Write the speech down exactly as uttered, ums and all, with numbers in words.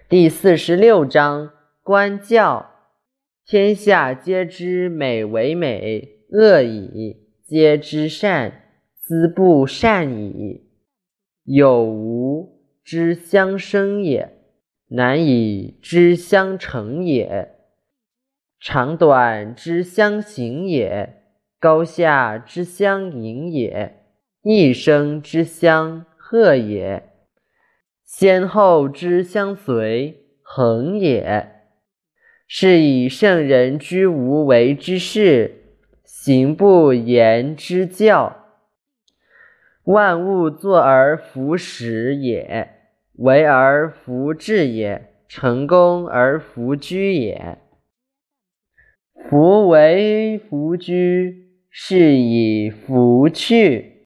第四十六章观教。天下皆知美为美，恶已；皆知善，斯不善已。有无之相生也，难以之相成也。长短之相形也，高下之相盈也，一生之相和也，先后之相随，恒也。是以圣人居无为之事，行不言之教。万物作而弗始也，为而弗治也，成功而弗居也。夫为弗居，是以弗去。